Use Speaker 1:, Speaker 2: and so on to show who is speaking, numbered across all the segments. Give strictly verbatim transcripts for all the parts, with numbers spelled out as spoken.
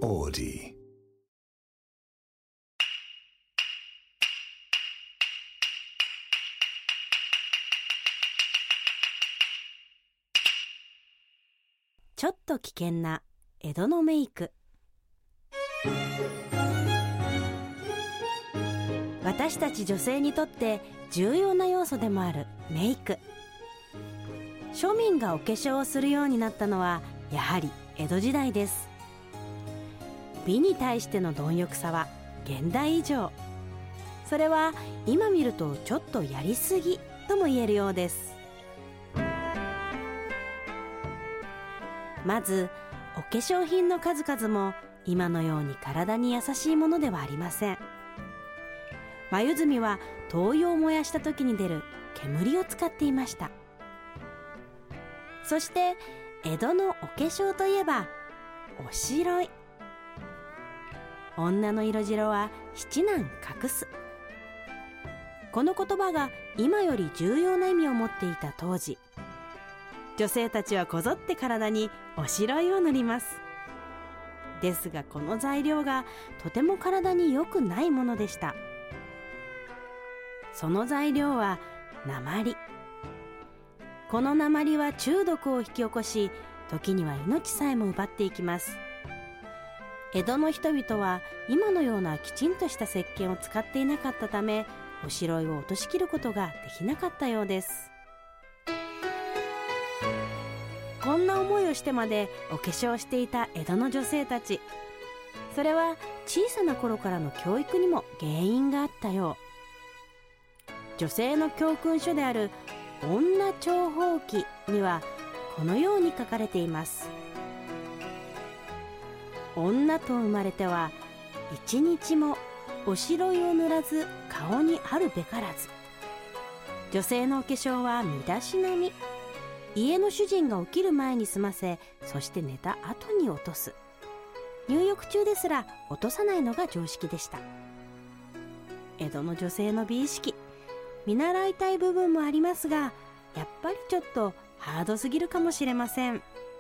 Speaker 1: オーディ。
Speaker 2: ちょっと危険な江戸のメイク。私たち女性にとって重要な要素でもあるメイク。庶民がお化粧をするようになったのはやはり江戸時代です。美に対しての貪欲さは現代以上。それは今見るとちょっとやりすぎとも言えるようです。まずお化粧品の数々も今のように体に優しいものではありません。眉墨は灯油を燃やした時に出る煙を使っていました。そして江戸のお化粧といえばおしろい。女の色白は七難隠す。この言葉が今より重要な意味を持っていた当時、女性たちはこぞって体におしろいを塗ります。ですがこの材料がとても体に良くないものでした。その材料は鉛。この鉛は中毒を引き起こし、時には命さえも奪っていきます。江戸の人々は今のようなきちんとした石鹸を使っていなかったため、おしろいを落としきることができなかったようです。こんな思いをしてまでお化粧をしていた江戸の女性たち。それは小さな頃からの教育にも原因があったよう。女性の教訓書である女長法記にはこのように書かれています。女と生まれては一日もおしろいを塗らず顔にあるべからず。女性のお化粧は身だしなみ。家の主人が起きる前に済ませ、そして寝た後に落とす。入浴中ですら落とさないのが常識でした。江戸の女性の美意識、見習いたい部分もありますが、やっぱりちょっとハードすぎるかもしれません。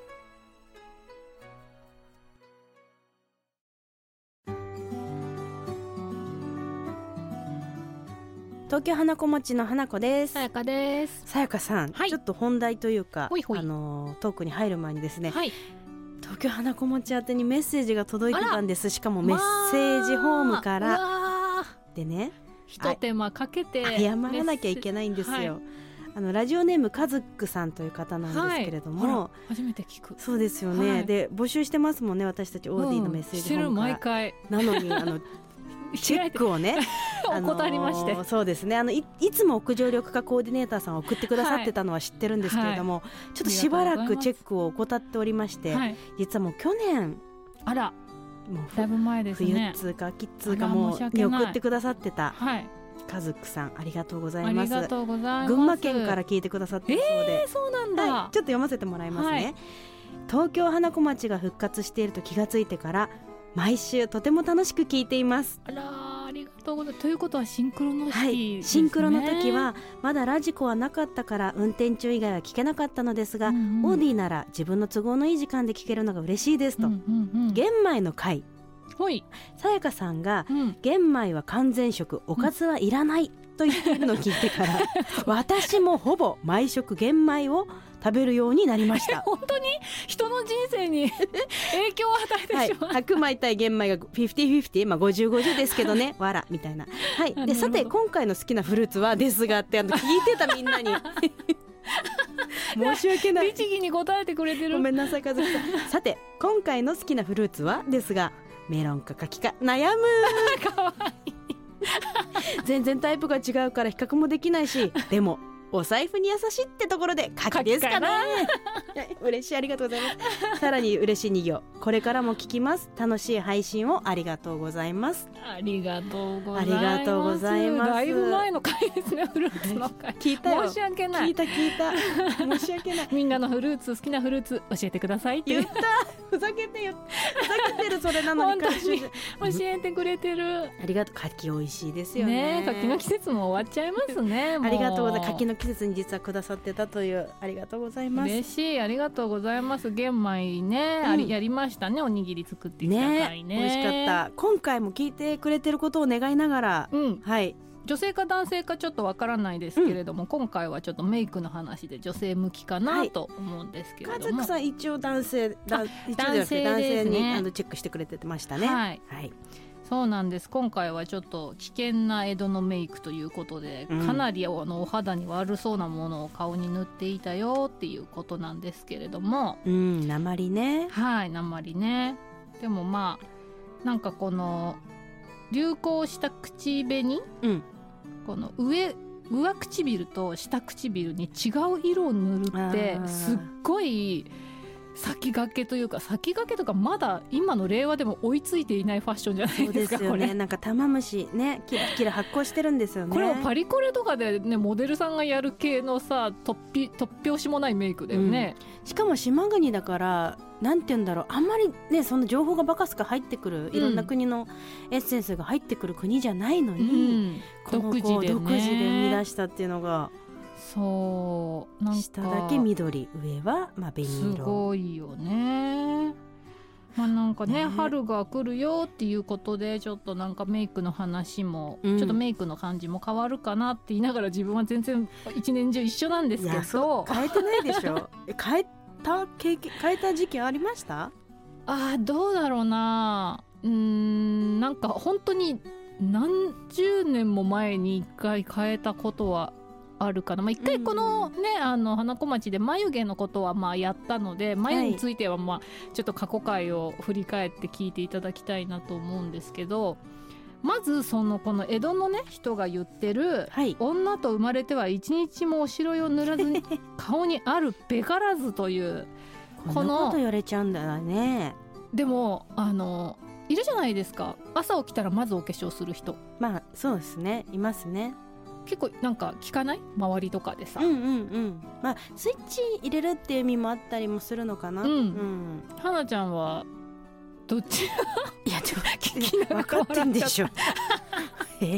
Speaker 2: 東京花子町の花子です。
Speaker 3: さやかです。
Speaker 2: さやかさん、はい、ちょっと本題というか、
Speaker 3: ほいほい、
Speaker 2: あのトークに入る前にですね、
Speaker 3: はい、
Speaker 2: 東京花子町宛てにメッセージが届いてたんです。しかもメッセージホームからでね、
Speaker 3: 一手間かけて
Speaker 2: 謝らなきゃいけないんですよ、はい、あのラジオネームカズックさんという方なんですけれども、はい、
Speaker 3: 初めて聞く。
Speaker 2: そうですよね、はい、で募集してますもんね、私たちオーディのメッセージホームから、
Speaker 3: うん、知る毎回
Speaker 2: なのにあのチェックをね
Speaker 3: お断りまして、
Speaker 2: そうですね、あの い, いつも屋上緑化コーディネーターさんを送ってくださってたのは知ってるんですけれども、はい、ちょっとしばらくチェックを怠っておりまして、はい、実はもう去年、
Speaker 3: あらもうだいぶ前ですね、
Speaker 2: 冬っつうか秋っつうかもうに送ってくださってた、はい、カズックさんありがとうございます。
Speaker 3: ありがとうございます。
Speaker 2: 群馬県から聞いてくださってるそうで、
Speaker 3: えー、そうなんだ、
Speaker 2: はい、ちょっと読ませてもらいますね、はい、東京花子町が復活していると気がついてから毎週とても楽しく聞いています。
Speaker 3: あらありがとうございます。ということはシンクロの時ですね、はい、
Speaker 2: シンクロの時はまだラジコはなかったから運転中以外は聞けなかったのですが、うんうん、オーディなら自分の都合のいい時間で聞けるのが嬉しいですと、うんうんうん、玄米の会、
Speaker 3: ほい、
Speaker 2: さやかさんが、うん、玄米は完全食、おかずはいらない、うん、と言っているのを聞いてから私もほぼ毎食玄米を食べるようになりました。
Speaker 3: 本当に人の人生に影響を与えてしまう、
Speaker 2: はい、白米対玄米が フィフティーフィフティー、まあ、ごじゅうごじゅうですけどねわらみたいな、はい、でさて今回の好きなフルーツはですがってあの聞いてたみんなに申し訳ない、
Speaker 3: 律儀に答えてくれてる、
Speaker 2: ごめんなさい和樹さん。さて今回の好きなフルーツはですが、メロンか柿か悩む
Speaker 3: かわいい
Speaker 2: 全然タイプが違うから比較もできないし、でもお財布に優しいってところで柿ですかね。嬉しい、ありがとうございます。さらに嬉しいに行、これからも聞きます。楽しい配信をありがとうございます。
Speaker 3: ありがとうございます。
Speaker 2: ありがとうございます。
Speaker 3: だいぶ前の回ですね、フルーツの回。
Speaker 2: 聞いたよ。
Speaker 3: 申し訳ない。
Speaker 2: 聞いた聞いた。申し訳ない。
Speaker 3: みんなのフルーツ、好きなフルーツ教えてくださいって
Speaker 2: 言った。ふざけてよ。ふざけてるそれなのに。
Speaker 3: 本当に教えてくれてる。
Speaker 2: ありがとう。柿美味しいですよね。
Speaker 3: ね、柿の季節も終わっちゃいますね。
Speaker 2: ありがとうございます。柿の季節に実はくださってたという、ありがとうございます。
Speaker 3: 嬉しい、ありがとうございます。玄米ね、
Speaker 2: うん、
Speaker 3: あれやりましたね。おにぎり作っていただいね。
Speaker 2: ね、美味しかった。今回も聞いてくれてることを願いながら、
Speaker 3: うん、
Speaker 2: はい、
Speaker 3: 女性か男性かちょっとわからないですけれども、うん、今回はちょっとメイクの話で女性向きかなと思うんですけれども、
Speaker 2: カズクさん一応男性だ一応
Speaker 3: 男性ですね、
Speaker 2: 男性にあのチェックしてくれてましたね。
Speaker 3: はい、
Speaker 2: はい、
Speaker 3: そうなんです。今回はちょっと危険な江戸のメイクということで、
Speaker 2: うん、
Speaker 3: かなりあのお肌に悪そうなものを顔に塗っていたよっていうことなんですけれども、
Speaker 2: うん、鉛ね。
Speaker 3: はい、鉛ね。でもまあなんかこの流行した口紅、うん、この上上唇と下唇に違う色を塗るってすっごい先駆けというか先駆けとかまだ今の令和でも追いついていないファッションじゃないですか。そうですよね。
Speaker 2: これなんか玉虫ね、キラキラ発光してるんですよね。
Speaker 3: これをパリコレとかでねモデルさんがやる系のさ突飛突拍子もないメイクだよね、
Speaker 2: うん、しかも島国だからなんて言うんだろう、あんまりねその情報がバカスカ入ってくる、いろんな国のエッセンスが入ってくる国じゃないのに、
Speaker 3: うん、独自でね
Speaker 2: 独自で生み出したっていうのが、
Speaker 3: そうなんか
Speaker 2: 下だけ緑、上はまあ紅色、
Speaker 3: すごいよね。まあなんか ね, ね春が来るよっていうことでちょっとなんかメイクの話も、うん、ちょっとメイクの感じも変わるかなって言いながら自分は全然一年中一緒なんですけど、
Speaker 2: 変えてないでしょ変えた経験変えた時期ありました？
Speaker 3: あーどうだろうな、うーんなんか本当に何十年も前に一回変えたことはあるかな。まあ、一回このね、うん、あの花子町で眉毛のことはまあやったので、眉についてはまあちょっと過去回を振り返って聞いていただきたいなと思うんですけど、まずそのこの江戸のね人が言ってる、はい、女と生まれては一日もおしろいを塗らずに顔にあるべからずという
Speaker 2: このこと言われちゃうんだね。
Speaker 3: でもあのいるじゃないですか、朝起きたらまずお化粧する人。
Speaker 2: まあそうですね、いますね。
Speaker 3: 結構なんか聞かない？周りとかでさ、
Speaker 2: うんうんうん、まあスイッチ入れるっていう意味もあったりもするのかな。うん、うん、
Speaker 3: 花ちゃんはどっち？
Speaker 2: いやちょっと聞きながら分かってんでしょえ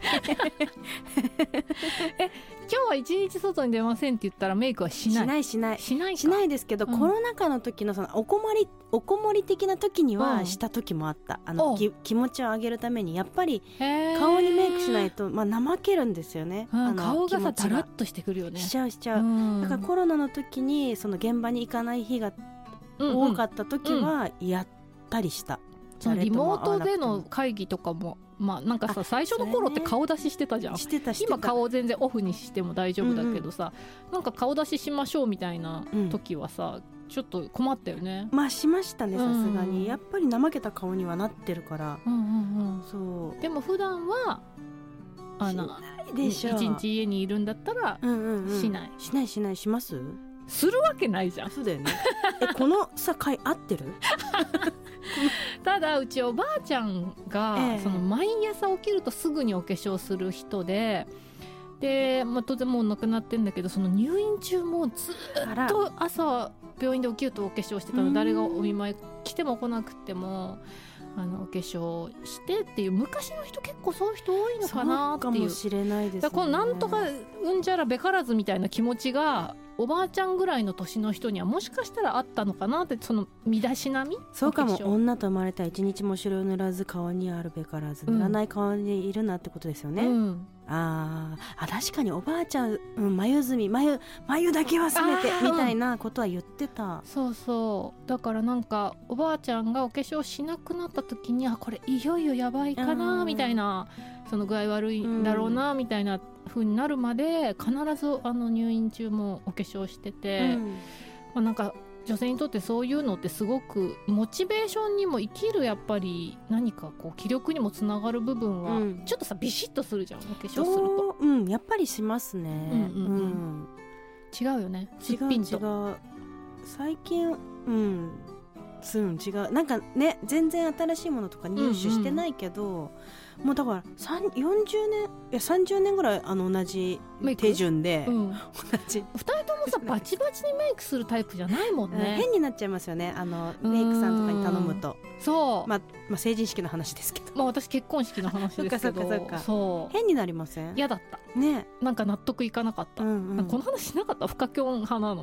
Speaker 3: え今日は一日外に出ませんって言ったらメイクはしない？
Speaker 2: しないしない
Speaker 3: しないか
Speaker 2: しないですけど、うん、コロナ禍の時のそのおこもりおこもり的な時にはした時もあった、うん、あのき気持ちを上げるためにやっぱり顔にメイクしないと、まあ、怠けるんですよね、
Speaker 3: うん、あの顔がさダラッとしてくるよね。
Speaker 2: しちゃうしちゃう、うん、だからコロナの時にその現場に行かない日が多かった時はやったりした、
Speaker 3: うんうん、リモートでの会議とかもまあなんかさ最初の頃って顔出ししてたじゃん、ね、
Speaker 2: してたしてた。
Speaker 3: 今顔全然オフにしても大丈夫だけどさ、うんうん、なんか顔出ししましょうみたいな時はさ、うん、ちょっと困ったよね。
Speaker 2: まあしましたね、さすがに、うん、やっぱり怠けた顔にはなってるから、
Speaker 3: うんうんうん、
Speaker 2: そう
Speaker 3: でも普段はあの
Speaker 2: しないでしょ。
Speaker 3: 一日家にいるんだったら、うんうんうん、しない
Speaker 2: しないしないします
Speaker 3: するわけないじゃん。
Speaker 2: そうだよねえこのさ回合ってる
Speaker 3: ただうちおばあちゃんが、ええ、その毎朝起きるとすぐにお化粧する人でで、まあ、当然もう亡くなってんだけどその入院中もずっと朝病院で起きるとお化粧してたの。誰がお見舞い来ても来なくてもあのお化粧してっていう昔の人結構そういう人多いのかなっていう。
Speaker 2: そうかもしれないですね。
Speaker 3: だからこのなんとかうんじゃらべからずみたいな気持ちがおばあちゃんぐらいの年の人にはもしかしたらあったのかなって。その身だしなみ。
Speaker 2: そうかも。女と生まれた一日も白を塗らず顔にあるべからず、うん、塗らない顔にいるなってことですよね、うん、ああ確かにおばあちゃん、うん、眉墨 眉, 眉だけはせめてみたいなことは言ってた、うん、
Speaker 3: そうそうだからなんかおばあちゃんがお化粧しなくなった時にあこれいよいよやばいかなみたいな、その具合悪いんだろうなみたいな風になるまで必ずあの入院中もお化粧してて、うんまあ、なんか女性にとってそういうのってすごくモチベーションにも生きるやっぱり何かこう気力にもつながる部分は、うん、ちょっとさビシッとするじゃんお化粧すると、
Speaker 2: うん、やっぱりしますね、うんうんうんうん、
Speaker 3: 違うよね。
Speaker 2: 違う違う最近うんうん、違うなんかね全然新しいものとか入手してないけど、うんうん、もうだからよんじゅうねんいやさんじゅうねんぐらいあの同じ手順で、うん、同じ
Speaker 3: ふたりともさバチバチにメイクするタイプじゃないもんね、
Speaker 2: うん、変になっちゃいますよねあのメイクさんとかに頼むと。
Speaker 3: そう、
Speaker 2: まあ、まあ成人式の話ですけど、
Speaker 3: まあ、私結婚式の話ですけど
Speaker 2: そっかそっかそっかそう変になりません？
Speaker 3: 嫌だった
Speaker 2: ね、
Speaker 3: なんか納得いかなかった、うんうん、なんかこの話しなかった？フカキョン派なの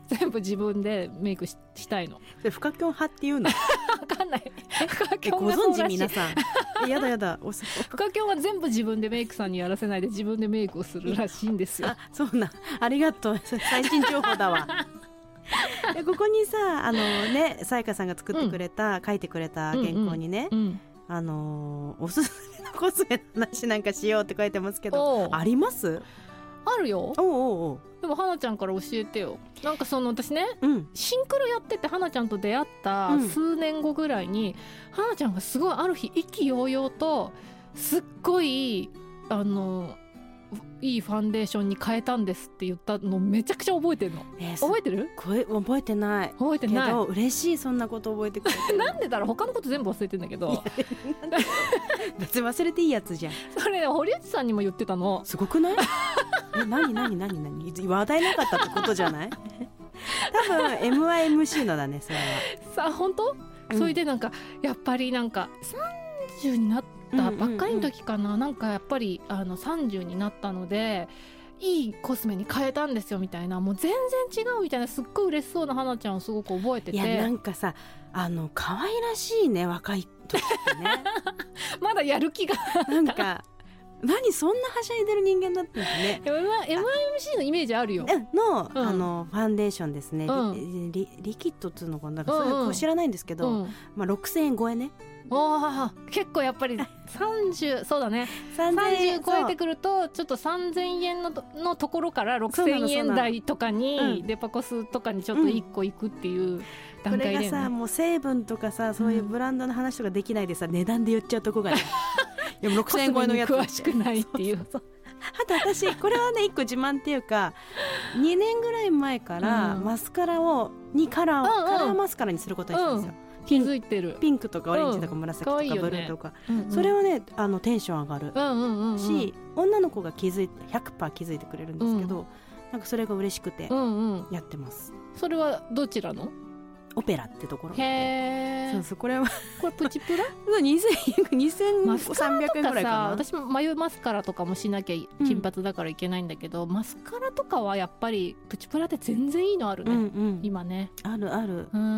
Speaker 3: 全部自分でメイク し, したいの。
Speaker 2: それフカキョン派っていうの？
Speaker 3: わかんない。フカキョン
Speaker 2: ご存知
Speaker 3: がそうらしい。
Speaker 2: 皆さん。えやだやだ。おそ
Speaker 3: フカキョンは全部自分でメイクさんにやらせないで自分でメイクをするらしいんですよ。
Speaker 2: あ、そうな。ありがとう。最新情報だわ。でここにさ、あのね、さやかさんが作ってくれた、うん、書いてくれた原稿にね、うんうん、あのー、おすすめのコスメの話なんかしようって書いてますけど、あります？
Speaker 3: あるよ。
Speaker 2: おうおうおう。
Speaker 3: でも花ちゃんから教えてよ。なんかその私ね、うん、シンクロやってて花ちゃんと出会った数年後ぐらいに、うん、花ちゃんがすごいある日意気揚々とすっごいあのいいファンデーションに変えたんですって言ったのめちゃくちゃ覚えてるの、えー、覚えてる？
Speaker 2: 覚えてない
Speaker 3: 覚えてないけど
Speaker 2: 嬉しい、そんなこと覚えてくれてる
Speaker 3: なんでだろう、他のこと全部忘れてんだけど
Speaker 2: 別に忘れていいやつじゃん。
Speaker 3: それ、ね、堀内さんにも言ってたの。
Speaker 2: すごくない？え、何何何何話題なかったってことじゃない？多分 エムワンエムシー のだね、それは。さ
Speaker 3: あ、本当？うん、それでなんかやっぱりなんかさんじゅうになったばっかりの時かな、うんうんうん、なんかやっぱりあのさんじゅうになったのでいいコスメに変えたんですよみたいな、もう全然違うみたいな、すっごい嬉しそうな花ちゃんをすごく覚えてて。
Speaker 2: いや、なんかさ、あの可愛らしいね、若い時ってね
Speaker 3: まだやる気が
Speaker 2: なんか何そんなはしゃいでる人間だったんですね。
Speaker 3: エムワンエムシー のイメージあるよ
Speaker 2: の、
Speaker 3: うん、
Speaker 2: あのファンデーションですね、うん、リ, リ, リキッドっていうのかな、それこう知らないんですけど、うんうん、まあ、ろくせんえん超えね。
Speaker 3: お結構やっぱりさんじゅうそうだねさんじゅう超えてくるとちょっとさんぜんえん の, のところからろくせんえん台とかに、うん、デパコスとかにちょっといっこいくっていう段階で、ね、
Speaker 2: これがさ、もう成分とかさ、そういうブランドの話とかできないでさ、うん、値段で言っちゃうとこがねいやろくせんえん超えのやつ
Speaker 3: 詳しくないっていう。
Speaker 2: そうそうそう、あと私これはねいっこ自慢っていうかにねんぐらい前からマスカラをにカラーを、うんうん、カラーマスカラにすることにしたんですよ、うん、気づいてる。ピンクとかオレンジとか紫とかブルーとか、うん、それはねあのテンション上がる、うんうんうんうん、し女の子が気づい ひゃくパーセント 気づいてくれるんですけど、うん、なんかそれが嬉しくてやってます、うんうん、
Speaker 3: それはどちらの？
Speaker 2: オペラってところ。
Speaker 3: へー、
Speaker 2: そうそう、これは
Speaker 3: これプチプラ
Speaker 2: にせんさんびゃくえんぐらいかな。
Speaker 3: 私も眉マスカラとかもしなきゃ金髪だからいけないんだけど、うん、マスカラとかはやっぱりプチプラって全然いいのあるね、うんうん、今ね
Speaker 2: あるある、うん、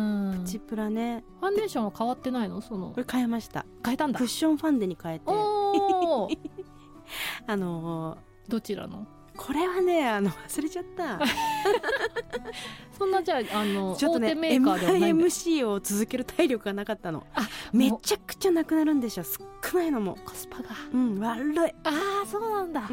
Speaker 2: プチプラね。
Speaker 3: ファンデーションは変わってないの？その
Speaker 2: これ変えました。
Speaker 3: 変えたんだ。
Speaker 2: クッションファンデに変えて
Speaker 3: お
Speaker 2: あの
Speaker 3: ー、どちらの？
Speaker 2: これはねあの忘れちゃった
Speaker 3: そんなじゃあ、あの
Speaker 2: ちょっとね
Speaker 3: 大手メーカーではないんだ。
Speaker 2: エムシー を続ける体力がなかったの。あ、めちゃくちゃなくなるんでしょ、少ないのも
Speaker 3: コスパが、
Speaker 2: うん、悪い。
Speaker 3: ああそうなんだ、
Speaker 2: うん、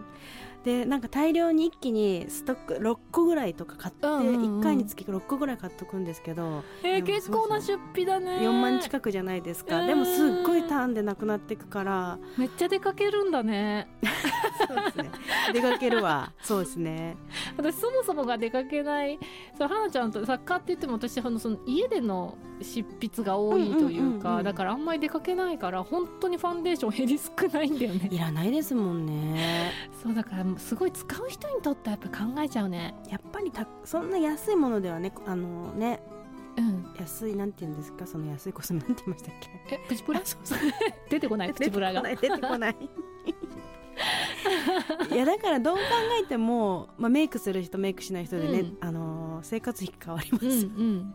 Speaker 2: でなんか大量に一気にストックろっこぐらいとか買って、うんうんうん、いっかいにつきろっこぐらい買っとくんですけど、
Speaker 3: えー、結構な出費だね。
Speaker 2: よんまん近くじゃないですか。でもすっごいターンでなくなっていくから
Speaker 3: めっちゃ出かけるんだね
Speaker 2: そうですね、出かけるわそうですね。
Speaker 3: 私そもそもが出かけない。そう、花ちゃんと作家って言っても私その家での執筆が多いというか、うんうんうんうん、だからあんまり出かけないから本当にファンデーション減り少ないんだよね。
Speaker 2: いらないですもんね。
Speaker 3: そうだからすごい使う人にとってはやっぱ考えちゃうね。
Speaker 2: やっぱりたそんな安いものではね、あのね、
Speaker 3: うん、
Speaker 2: 安いなんて言うんですか、その安いコスメなんて言いましたっけ？
Speaker 3: え、プチプラ？
Speaker 2: そうそう
Speaker 3: 出てこない、プチプラが
Speaker 2: 出てこないいやだからどう考えても、まあ、メイクする人メイクしない人でね、うん、あのー、生活費変わります、うんうん、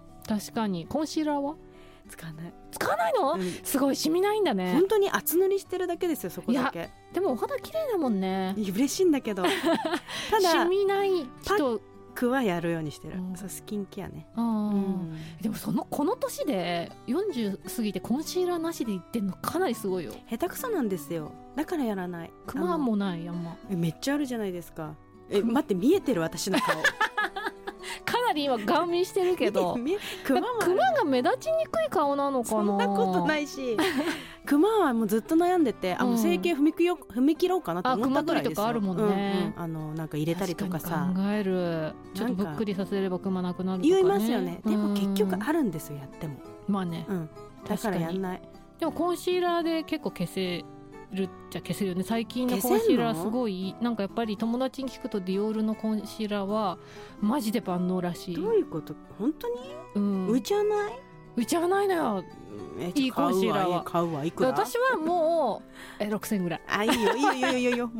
Speaker 3: 確かに。コンシーラーは
Speaker 2: 使わない。
Speaker 3: 使わないの、うん、すごい染みないんだね。
Speaker 2: 本当に厚塗りしてるだけですよ、そこだけ。
Speaker 3: でもお肌綺麗だもんね。
Speaker 2: 嬉しいんだけどただ
Speaker 3: 染みない人
Speaker 2: はやるようにしてる、うん、そうスキンケアね、
Speaker 3: うん、でもそのこの年でよんじゅう過ぎてコンシーラーなしでいってんのかなりすごいよ。
Speaker 2: 下手くそなんですよ、だからやらない。
Speaker 3: クマもないあんま。
Speaker 2: えめっちゃあるじゃないですか。え待って見えてる私の顔
Speaker 3: かなり今ガン見してるけどクマが目立ちにくい顔なのかな。
Speaker 2: そんなことないしクマはもうずっと悩んでて、あ、もう整形踏み切ろう、踏み切ろうかなと思ったぐらいですよ。
Speaker 3: クマ取りとかあるもんね、
Speaker 2: うんうん、あのなんか入れたりとかさ。
Speaker 3: 考える。ちょっとぶっくりさせればクマなくなるとかね
Speaker 2: 言いますよね。でも結局あるんですよ、やっても。
Speaker 3: まあね、
Speaker 2: うん、だからやんない。
Speaker 3: でもコンシーラーで結構消せるっちゃ消せるよね。最近のコンシーラーすごい、なんかやっぱり友達に聞くとディオールのコンシーラーはマジで万能らしい。
Speaker 2: どういうこと？本当に？うん、浮いちゃわない？
Speaker 3: 浮いちゃわないのよ。いいコンシーラーは
Speaker 2: 買うわ。いくら？
Speaker 3: 私はもうえろくせんぐらい。
Speaker 2: あ、いいよいいよいいよいいよも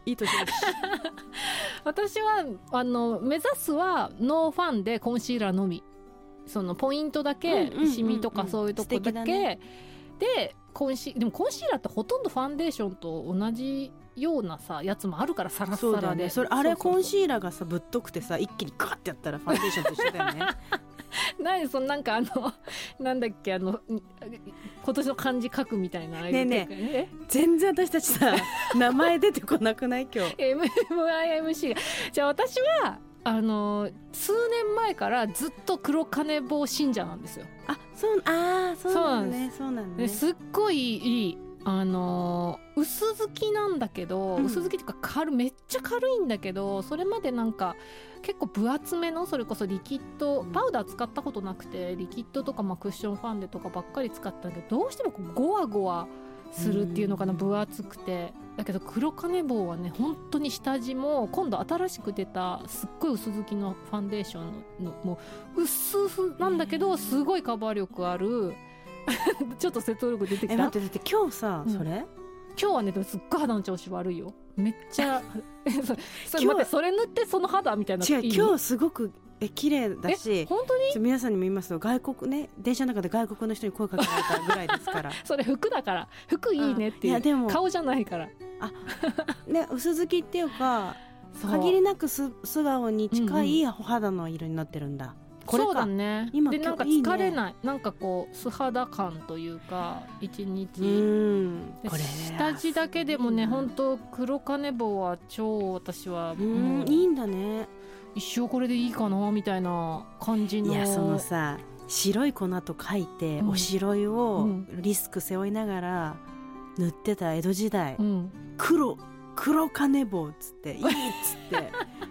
Speaker 2: いい年だし
Speaker 3: 私はあの目指すはノーファンでコンシーラーのみ、そのポイントだけ、
Speaker 2: うんうんうんうん
Speaker 3: シミとかそういうとこだけ、
Speaker 2: 素敵だね。
Speaker 3: でコンシでもコンシーラーってほとんどファンデーションと同じようなさやつもあるからサラッサラで、
Speaker 2: そうだよね。それあれ
Speaker 3: そうそうそう
Speaker 2: コンシーラーがさぶっとくてさ一気にガーってやったらファンデーションと一緒だよね
Speaker 3: 何そのなんかあのなんだっけあの今年の漢字書くみたいな
Speaker 2: ねえね
Speaker 3: え
Speaker 2: 全然私たちさ名前出てこなくない今日。
Speaker 3: エムエムアイエムシー がじゃあ私はあの数年前からずっと黒金棒信者なんですよ。
Speaker 2: あ、そうあーそうなんだね。そうなんだね。
Speaker 3: ですっごいいいあのー薄付きなんだけど、
Speaker 2: うん
Speaker 3: 薄付きっていうか軽めっちゃ軽いんだけど、それまでなんか結構分厚めのそれこそリキッドパウダー使ったことなくて、リキッドとかまあクッションファンデとかばっかり使ったんだけど、どうしてもこうゴワゴワするっていうのかな、
Speaker 2: うん
Speaker 3: 分厚くて。だけど黒金棒はね本当に下地も今度新しく出たすっごい薄付きのファンデーションのもう薄々なんだけどすごいカバー力あるちょっと説得力出てきた。
Speaker 2: え待ってだって今日さ、
Speaker 3: うん
Speaker 2: それ
Speaker 3: 今日はねでもすっごい肌の調子悪いよ。めっちゃそそれ
Speaker 2: 今日
Speaker 3: 待ってそれ塗ってその肌みたいな。
Speaker 2: 違う
Speaker 3: いい
Speaker 2: 今日すごくえ綺麗だ
Speaker 3: え
Speaker 2: し、
Speaker 3: 本当に
Speaker 2: ちょ皆さんにも言いますと外国ね電車の中で外国の人に声かけられたぐらいですから
Speaker 3: それ服だから服いいねっていう
Speaker 2: あいやでも
Speaker 3: 顔じゃないから
Speaker 2: ね薄付きっていうか
Speaker 3: そう
Speaker 2: 限りなくす素顔に近いお肌の色になってるんだ、これか
Speaker 3: そうだね。
Speaker 2: 今
Speaker 3: でなんか
Speaker 2: 今日いいね
Speaker 3: 疲れないなんかこう素肌感というか一日
Speaker 2: うん
Speaker 3: で
Speaker 2: これ
Speaker 3: 下地だけでもね
Speaker 2: うん
Speaker 3: 本当黒金棒は超私は
Speaker 2: う
Speaker 3: もうん
Speaker 2: いいんだね。
Speaker 3: 一生これでいいかなみたいな感じの。
Speaker 2: いやそのさ白い粉と書いて、
Speaker 3: うん
Speaker 2: おしろいを
Speaker 3: うん
Speaker 2: リスク背負いながら塗ってた江戸時代、
Speaker 3: うん
Speaker 2: 黒黒金棒っつっていいっつって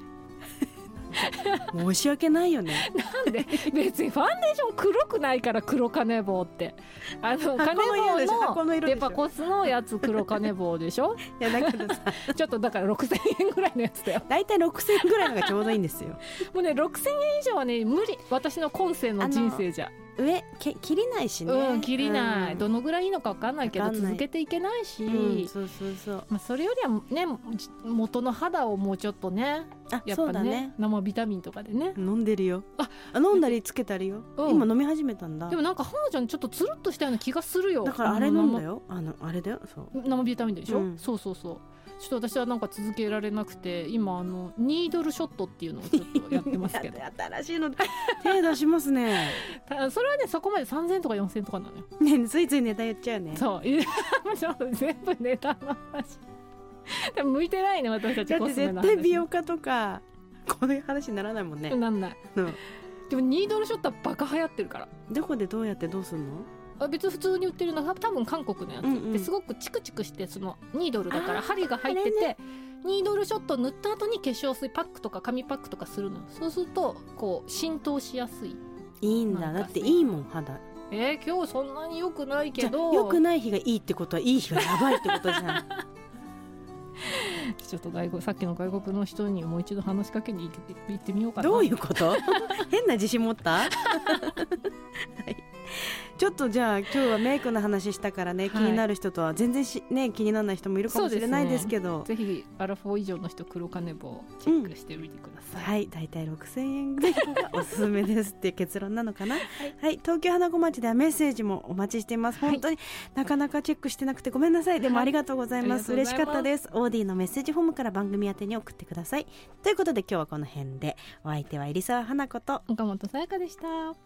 Speaker 2: 申し訳ないよね。
Speaker 3: なんで別にファンデーション黒くないから黒金棒ってあの金
Speaker 2: 箱の色でしょ
Speaker 3: 棒
Speaker 2: 箱の
Speaker 3: の
Speaker 2: 色でしょ
Speaker 3: デパコスのやつ黒金棒でしょ
Speaker 2: いやだけどさ
Speaker 3: ちょっとだからろくせんえんぐらいのやつだよ。
Speaker 2: だいたいろくせんえんぐらいのがちょうどいいんですよ。
Speaker 3: もうねろくせんえん以上はね無理。私の今世の人生じゃ
Speaker 2: 上け切りないしね。
Speaker 3: うん切りない、
Speaker 2: うん
Speaker 3: どのぐらいいいのか分かんないけど
Speaker 2: わかんない
Speaker 3: 続けていけないし、
Speaker 2: うん、そうそうそう。
Speaker 3: まあ、それよりはね元の肌をもうちょっとね
Speaker 2: あ
Speaker 3: やっぱ
Speaker 2: そうだね
Speaker 3: ね生ビタミンとかでね。
Speaker 2: 飲んでるよ。
Speaker 3: あ
Speaker 2: あ飲んだりつけたりよ、
Speaker 3: うん
Speaker 2: 今飲み始めたんだ。
Speaker 3: でもなんか花ちゃんちょっとつるっとしたような気がするよ。
Speaker 2: だからあれ飲んだよ。あのあれだよ。そう
Speaker 3: 生生ビタミンでしょ、
Speaker 2: うん
Speaker 3: そうそうそう。ちょっと私はなんか続けられなくて今あのニードルショットっていうのをちょっとやってますけど
Speaker 2: 新しいの手出しますね。
Speaker 3: たそれはねそこまでさんぜんえんとかよんせんえんとかなのよ。
Speaker 2: ねついついネタ言っちゃうね。
Speaker 3: そういやちょっと全部ネタの話でも向いてないね私たち
Speaker 2: だって
Speaker 3: コスメの話。
Speaker 2: 絶対美容家とかこういう話にならないもんね。
Speaker 3: なんない。
Speaker 2: うん
Speaker 3: でもニードルショットはバカ流行ってるから
Speaker 2: どこでどうやってどうすんの？
Speaker 3: あ別に普通に売ってるのは多分韓国のやつ、
Speaker 2: うんうん
Speaker 3: ですごくチクチクしてそのニードルだから
Speaker 2: あー
Speaker 3: 針が入って
Speaker 2: あれ
Speaker 3: て、ニードルショット塗った後に化粧水パックとか紙パックとかするのよ。そうするとこう浸透しやすい。
Speaker 2: いいんだ。
Speaker 3: なんか
Speaker 2: だっていいもん肌。
Speaker 3: えー、今日そんなに良くない
Speaker 2: じゃ
Speaker 3: けど
Speaker 2: 良くない日がいいってことはいい日がやばいってことじゃん。
Speaker 3: ちょっと外国さっきの外国の人にもう一度話しかけに行って行ってみようかな。
Speaker 2: どういうこと変な自信持った、はい、ちょっとじゃあ今日はメイクの話したからね、
Speaker 3: はい
Speaker 2: 気になる人とは全然し、ね、気にならない人もいるかもしれないですけど、
Speaker 3: ぜひアラフォー以上の人黒金棒チェックしてみてください、
Speaker 2: はい、だいたいろくせんえん前後がおすすめですっていう結論なのかな。はい、はい、東京花子町ではメッセージもお待ちしています。本当になかなかチェックしてなくてごめんなさい。でもありがとうございます、
Speaker 3: はい、
Speaker 2: 嬉しかったです。オーディのメッセージフォームから番組宛てに送ってください。ということで今日はこの辺で、お相手は入澤花子と
Speaker 3: 岡本さやかでした。